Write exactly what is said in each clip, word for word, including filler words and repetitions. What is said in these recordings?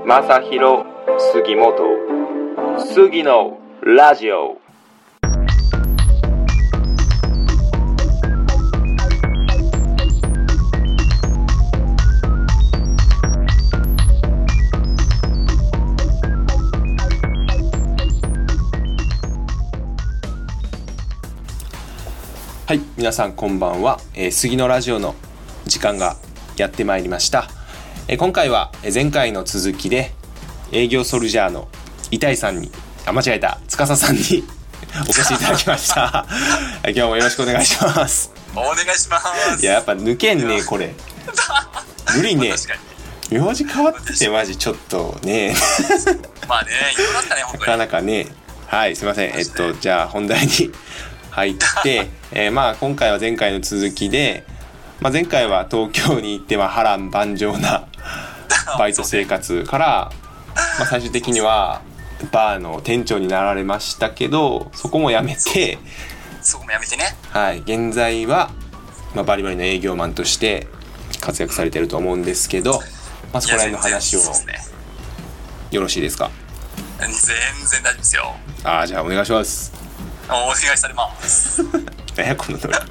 正弘杉本杉のラジオ。はい、皆さんこんばんは、えー、杉のラジオの時間がやってまいりました。えー、今回は前回の続きで営業ソルジャーのイタイさんにあ間違えた司さんにお越しいただきました今日もよろしくお願いします。 お願いします。 いややっぱ抜けんねこれ無理ね。名字変わっててマジちょっとねまあねいろいろあったね本当になかなかね。はいすいません。えっとじゃあ本題に入って、えー、まあ今回は前回の続きで、まあ、前回は東京に行ってまあ波乱万丈なバイト生活から、まあ、最終的にはバーの店長になられましたけど、そこもやめてそこもやめてね、 はい、現在は、まあ、バリバリの営業マンとして活躍されてると思うんですけど、まあ、そこら辺の話をよろしいですか？ 全然大丈夫ですよ。 ああじゃあお願いします。 お願いされます何やこのノリ全然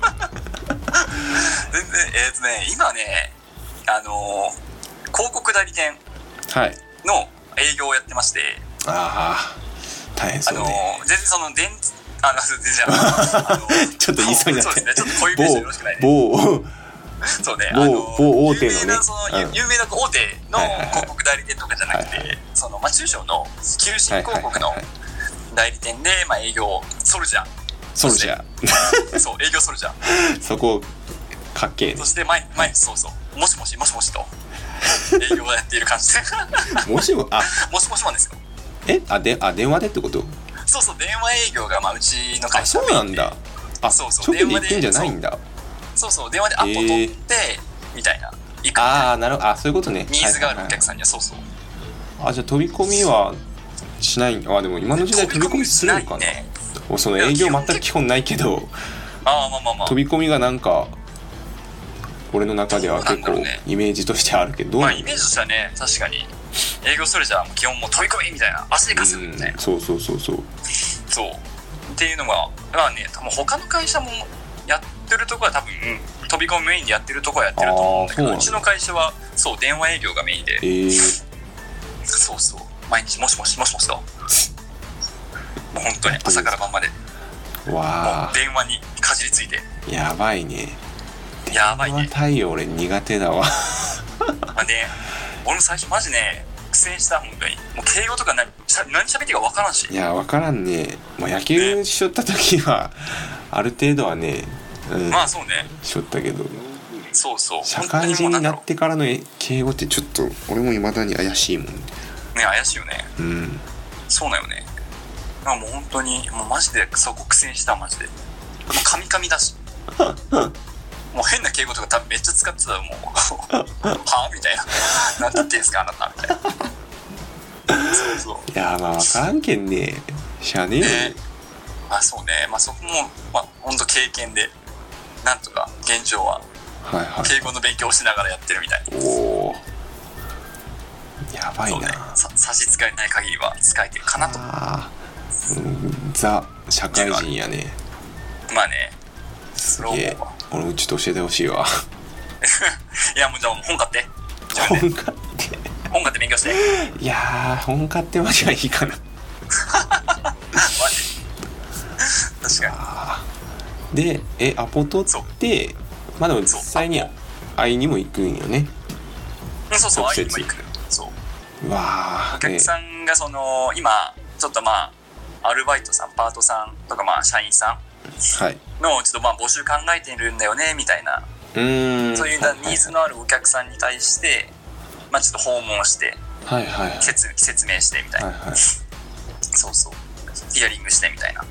えーとね今ねあのー、広告代理店の営業をやってまして、 はい、ああ大変そうね。 あのー、全然その電あの全然あのー、 ちょっと言いそうになってそうですねちょっとこういうページよろしくないね某そうね某、 あのー、 某大手のね有名なその、うん、有名な大手の広告代理店とかじゃなくて、はいはいはい、そのまあ中小の求人広告の、はいはいはいはい代理店で、まあ、営業ソルジャーソルジャーそう営業ソルジャーそこかっけえね。 そして毎日そうそうもしもしもしもしと営業をやっている感じでもしもあもしもしもんですよ。 えあであ電話でってこと？ そうそう電話営業が、まあ、うちの会社で。そうなんだ。あそうそう直で行ってんじゃないんだ。 そうそう電話でアポ取って、えー、みたいな行くああなるほど。あそういうことね。 ニーズがあるお客さんには、はいはいはい、そうそうあじゃあ飛び込みはしない。あでも今の時代飛び込みするのかな、ね、その営業全く基本ないけどあまあまあまあ飛び込みがなんか俺の中では結構イメージとしてあるけど、 まあイメージとしてはね確かに営業それじゃ基本もう飛び込みみたいな足で稼ぐみたいな、 そうそうそうそうそうっていうのがまあね多分他の会社もやってるところは多分、うん、飛び込みメインでやってるところはやってると思うんだけど う, うちの会社はそう電話営業がメインで、 えー、 そうそう毎日もしもしもしもしともう本当に朝から晩までわもう電話にかじりついてやばいね。 やばいね電話対応俺苦手だわまあね俺も最初マジね苦戦した本当にもう敬語とか何何喋っていいか分からんし。 いや分からんね。もう野球しよった時は、ね、ある程度はね、 うん、まあそうねしよったけどそうそう社会人になってからの敬語ってちょっと俺も未だに怪しいもんね。 ね怪しいよね。 うんそうだよね。もう本当にもうマジでそこ苦戦したマジでもうカミカミだしもう変な敬語とか多分めっちゃ使ってたらもうはぁみたいななんて言ってんすかあなたみたいなそうそういやまあ分からんけんねしゃあねえよね。 まあそうねまあそこもまあ本当経験でなんとか現状は敬語の勉強をしながらやってるみたいな、はいはい、おーやばいな、 ね、さ差し支えない限りは使えてるかなと。 あザ社会人やね。 まあねすげえ俺もちょっと教えてほしいわいやもうじゃあ本買って本買って本買って勉強して。 いやー本買ってまではいいかなマジ確かに。でえアポ取ってまあでも実際に会いにも行くんよね。 そうそう会いにも行く。そううわお客さんがその今ちょっとまあアルバイトさんパートさんとかまあ社員さんのちょっとまあ募集考えてるんだよねみたいな、 うーんそういうニーズのあるお客さんに対してまあちょっと訪問して、 はいはいはい、 説, 説明してみたいな、はいはい、そうそうヒアリングしてみたいな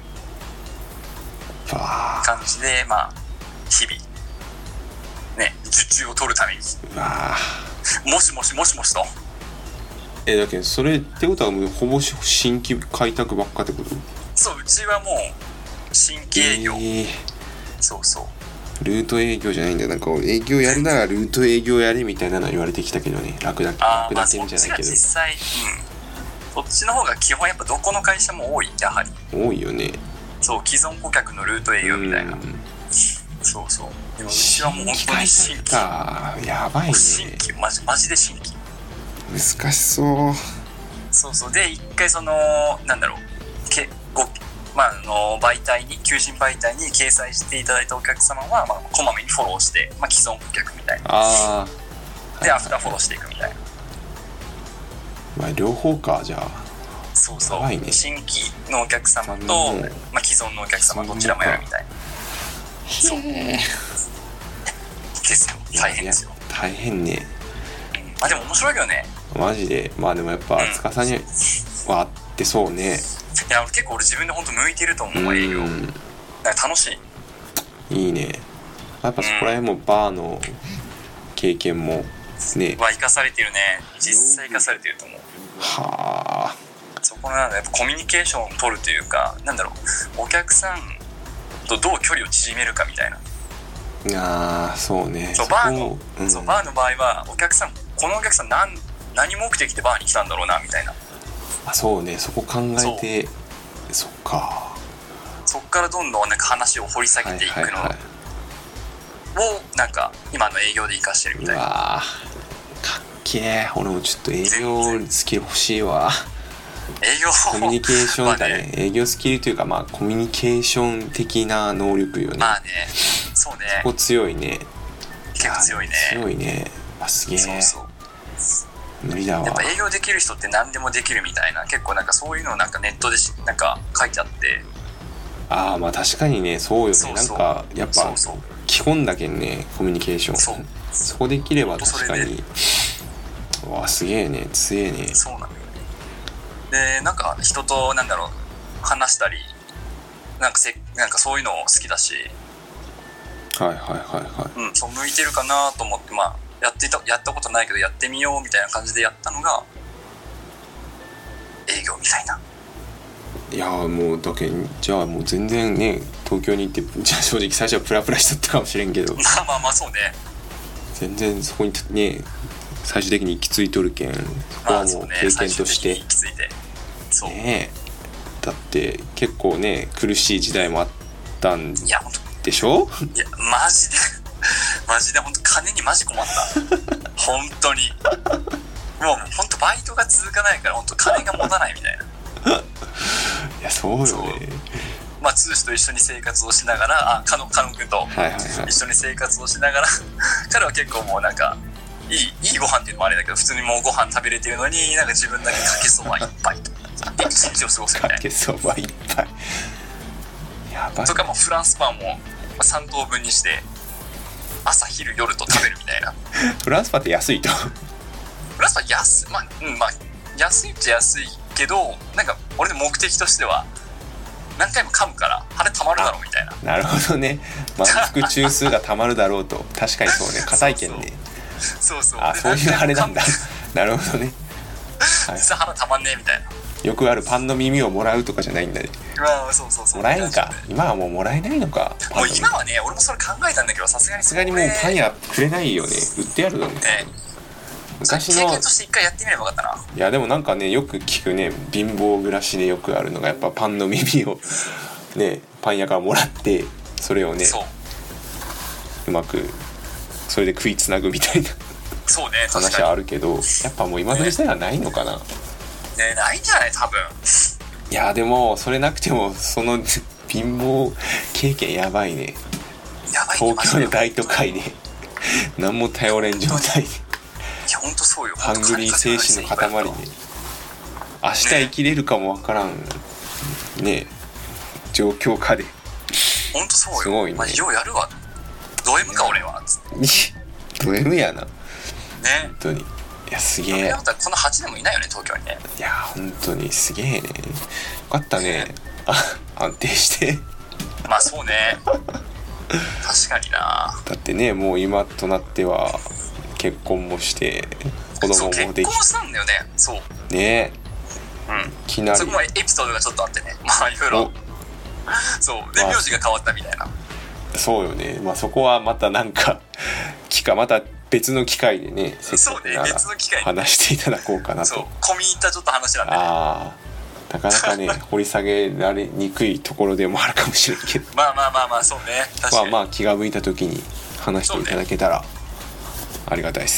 感じでまあ日々ね受注を取るためにわもしもしもしもしとえだけどそれってことはもうほぼ新規開拓ばっかってこと？ そううちはもう新規営業、えー、そうそうルート営業じゃないんだよ。なんか営業やるならルート営業やれみたいなの言われてきたけどね。楽だけあ楽だけんじゃないけど、 まあ、そっちが実際、うん、そっちの方が基本やっぱどこの会社も多い、やはり多いよね。 そう、既存顧客のルート営業みたいな、そうそう。でもうちはもう本当に新規か、やばいね。 新規マジマジで新規。 難しそう。 そうそう。で一回そのなんだろうけごまああの媒体に求人媒体に掲載していただいたお客様は、まあ、こまめにフォローして、まあ、既存顧客みたいな。 ああ。 でアフターフォローしていくみたいな。 まあ両方かじゃあ。 そうそう。 ね、 新規のお客様と、まあ、既存のお客様どちらもやるみたいな。そうですよ。大変ですよ。 大変ね。 まあでも面白いけどね。 マジで。まあでもやっぱ司にはあってそうね。 いや結構俺自分で本当向いてると思う営業。なんか楽しい。いいね。やっぱそこら辺もバーの経験もね。 は生かされてるね。実際生かされてると思う。 はあ。 そこのなんだやっぱコミュニケーションを取るというか、なんだろう、お客さんとどう距離を縮めるかみたいな。 ああ、そうね。 そうバーの、うん、そうバーの場合はお客さん、このお客さん何何目的でバーに来たんだろうなみたいな。 あ、そうね。そこ考えて、そ, そっか。 そっからどんどんなんか話を掘り下げていくのを、はいはいはい、なんか今の営業で活かしてるみたいな。 うわかっけえ。俺もちょっと営業スキル欲しいわ。 営業コミュニケーションだね。営業スキルというか、まあコミュニケーション的な能力よね。 まあね、そうね。 そこ強いね。 結構強いね。 強いね。あ、すげえ。そうそう。無理だわ。 やっぱ営業できる人って何でもできるみたいな、結構なんかそういうのをなんかネットでなんか書いてあって。 ああ、まあ確かにね、そうよね。そうそう、なんかやっぱそうそう基本だけんね、コミュニケーション。そう。そこできれば確かに。うわ、すげえね、強えね。 そうなのよ。でなんか人となんだろう話したりなんかせなんかそういうの好きだし、 はいはいはいはい、 うん、そう向いてるかなと思って、まあやってたやったことないけどやってみようみたいな感じでやったのが営業みたいな。 いやもうだけじゃあもう全然ね東京に行ってじゃあ正直最初はプラプラしとったかもしれんけどまあまあまあそうね。 全然そこにね最終的に行き着いとるけん、そこはもう経験として、 まあそうね、そうねえ、だって結構ね苦しい時代もあったんでしょ。 いやマジでマジで本当金にマジ困った本当にもう本当バイトが続かないから本当金が持たないみたいないやそうよね。 まあ剛と一緒に生活をしながら、あ、カノカノ君と一緒に生活をしながら、はいはいはい、彼は結構もうなんかいいいいご飯っていうのもあれだけど普通にもうご飯食べれてるのになんか自分だけかけそば一杯とで一日を過ごすみたいな。 かけそば一杯やばい。 とかもフランスパンもさん等分にして朝昼夜と食べるみたいなフランスパンって安いとフランスパン安い、まあ、うん、まあ安いっちゃ安いけどなんか俺の目的としては何回も噛むから腹たまるだろうみたいな。 なるほどね。満腹中枢がたまるだろうと確かにそうね、硬いけんね。 そうそう、 あ、そういうあれなんだなるほどね、 はい、実は腹たまんねえみたいな。 よくあるパンの耳をもらうとかじゃないんだね。 まあそうそうそう、 もらえんか。今はもうもらえないのか。 もう今はね俺もそれ考えたんだけどさすがにさすがにもうパン屋くれないよね。売ってやるのね。 昔の経験として一回やってみればよかったな。 いやでもなんかねよく聞くね、貧乏暮らしでよくあるのがやっぱパンの耳をねパン屋からもらってそれをね う, うまくそれで食いつなぐみたいなそうね話はあるけど、やっぱもう今の時代はないのかな。ねねないんじゃない多分。 いやでもそれなくてもその貧乏経験やばいね。 やばいね。 東京の大都会で何も頼れん状態で。 いや本当そうよ。 ハングリー精神の塊で、ね、明日生きれるかもわからん ね, ね状況下で。 本当そうよ。 すごいね。 まあ、ようやるわ。ド M か俺は。 ド M やな。ね。本当に。いやすげえ。 このはちねんもいないよね東京にね。 いや本当にすげえね。よかったね。あ安定して。 まあそうね。確かにな。 だってねもう今となっては。結婚もして子供もできて結婚したんだよね。そうねえ、うん、 いきなりそこもエピソードがちょっとあってね、まあいろいろそうで名字が変わったみたいな。 そうよね。まあそこはまたなんか機会また別の機会でね、 そうね、別の機会に話していただこうかなと。 そう、込み入ったちょっと話なんで、ね、 ああ、なかなかね掘り下げられにくいところでもあるかもしれんけどまあまあまあまあ、そうね、確かに。 まあまあ気が向いた時に話していただけたらありがたいです。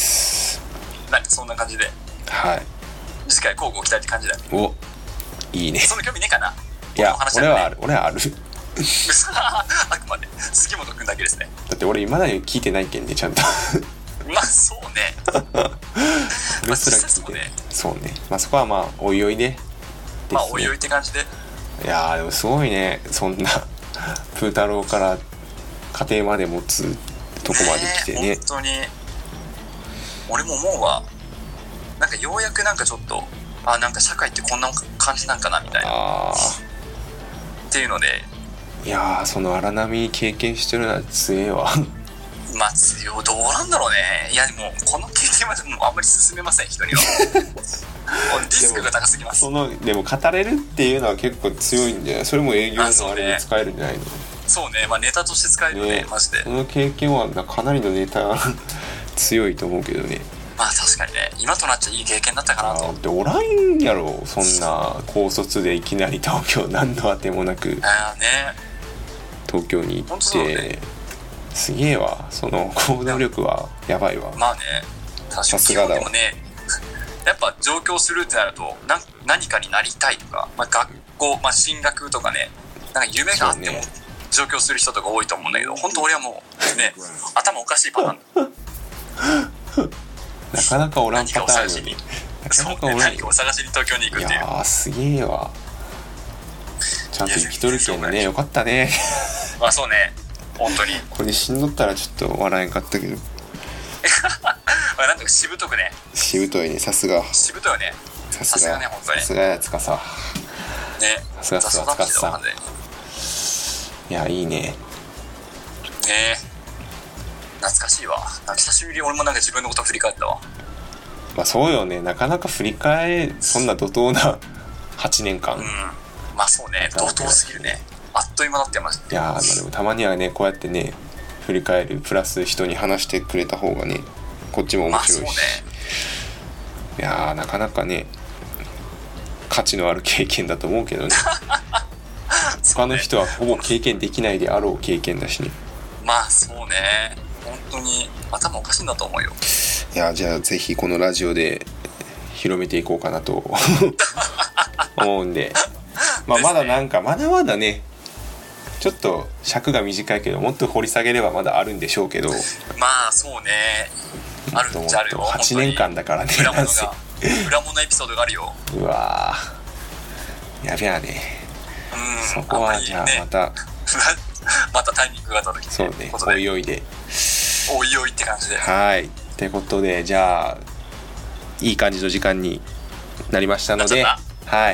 なんかそんな感じで、 はい、 次回交互期待って感じだね。 お、いいね。 その興味ねえかな。 いや、俺はある、俺はあるあくまで杉本くんだけですね。 だって俺今だに聞いてないけんね、ちゃんとまあそうね俺すら聞いて、まあね、そうね、まあそこはまあおいおいで、ね、 まあおいおいって感じで。 いやーでもすごいね、そんなプー太郎から家庭まで持つとこまで来てね。 本当に俺も思うわ。なんかようやくなんかちょっと、あ、なんか社会ってこんな感じなんかなみたいな、あっていうので、 いやーその荒波経験してるのは強えわまあ強い、どうなんだろうね。いやでもこの経験はでもあんまり進めません、人にはリスクが高すぎます。 そのでも語れるっていうのは結構強いんじゃない？それも営業のあれに使えるんじゃないの？ そうね、まあネタとして使えるね、ね、マジで。 その経験はかなりのネタ強いと思うけどね。 まあ確かにね、今となっちゃいい経験だったかなと。 でおらんやろ、そんな高卒でいきなり東京何のあてもなく、 あね、 東京に行って、ね、すげえわ、その行動力はやばいわ。 まあね、確かに基本でもね、やっぱ上京するってなるとな何かになりたいとか、まあ、学校、まあ、進学とかね、なんか夢があっても上京する人とか多いと思うんだけど、本当俺はもうね頭おかしいパターンなかなかおらんパターンよね。 そうね、何かを探しに東京に行くっていう。 いやーすげえわ、ちゃんと生きとるけんね、よかったねまあそうね、本当にこれで死んどったらちょっと笑えんかったけどまあなんとかしぶとくね、 しぶといね、さすがしぶといね、さすがね、本当にさすがやつかさね、 さすがつかさ、いやいいね。 ねえ、懐かしいわ。なんか久しぶりに俺もなんか自分のこと振り返ったわ。 まあそうよね、なかなか振り返えそんな怒涛なはちねんかん、 うん、まあそうね、怒涛すぎるね、あっという間だってました。 いやー、まあでもたまにはねこうやってね振り返るプラス人に話してくれた方がねこっちも面白いし、まあそうね、いやーなかなかね価値のある経験だと思うけどね他の人はほぼ経験できないであろう経験だしね。 まあそうね、本当に頭おかしいんだと思うよ。 いや、じゃあぜひこのラジオで広めていこうかなと思うんで、まあまだなんかまだまだねちょっと尺が短いけどもっと掘り下げればまだあるんでしょうけど、 まあそうね、あるっちゃあるよ。 はちねんかんだからね、 裏物が裏物エピソードがあるよ。 うわーやべやね、うん、そこはじゃあまた、ね、 またタイミングがあった時に、 そうね、おいおいでおいおいって感じで、 はいってことで、じゃあいい感じの時間になりましたので、はい、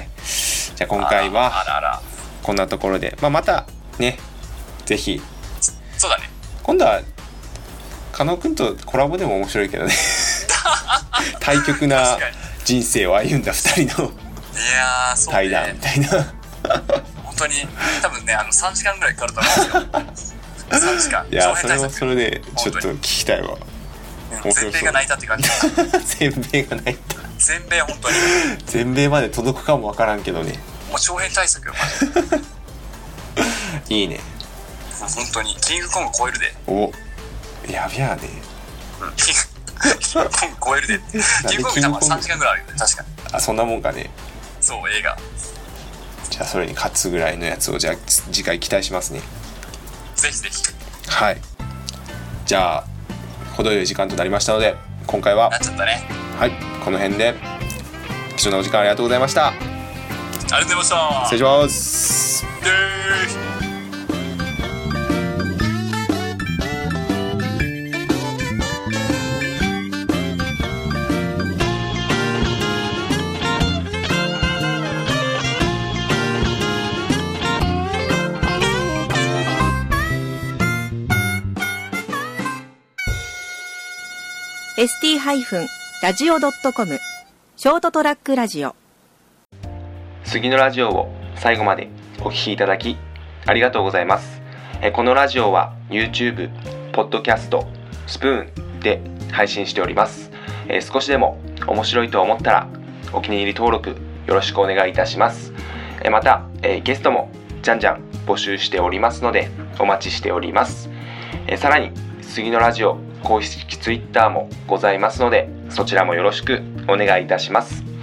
じゃあ今回はこんなところで、まあ、またねぜひ、 そうだね、 今度は加納くんとコラボでも面白いけどね対極な人生を歩んだふたりの対談みたいな、 本当に多分ね、あのさんじかんぐらいかかると思うんですよさんじかん、 いやそれはそれでちょっと聞きたいわ。 全米が泣いたって感じ全米が泣いた、 全米本当に全米まで届くかもわからんけどね、 もう長編対策よマジいいね、 本当にキングコング超えるで、 おやべやね、 うん、キングコング超えるでキングコング多分さんじかんぐらいあるよね、確かに。 あ、そんなもんかね。 そう、映画。 じゃあそれに勝つぐらいのやつをじゃあ次回期待しますね。 ぜひぜひ。 はい、じゃあ程よい時間となりましたので今回はなっちゃったね、 はい、この辺で貴重なお時間ありがとうございました。 ありがとうございました。 失礼します。 でーエスティー ラジオ ドットコム ショートトラックラジオ。 次のラジオを最後までお聞きいただきありがとうございます。 えー、このラジオは YouTube、ポッドキャスト、スプーンで配信しております。えー、少しでも面白いと思ったらお気に入り登録よろしくお願いいたします。えー、また、えー、ゲストもじゃんじゃん募集しておりますのでお待ちしております。えー、さらに杉のラジオ公式ツイッターもございますのでそちらもよろしくお願いいたします。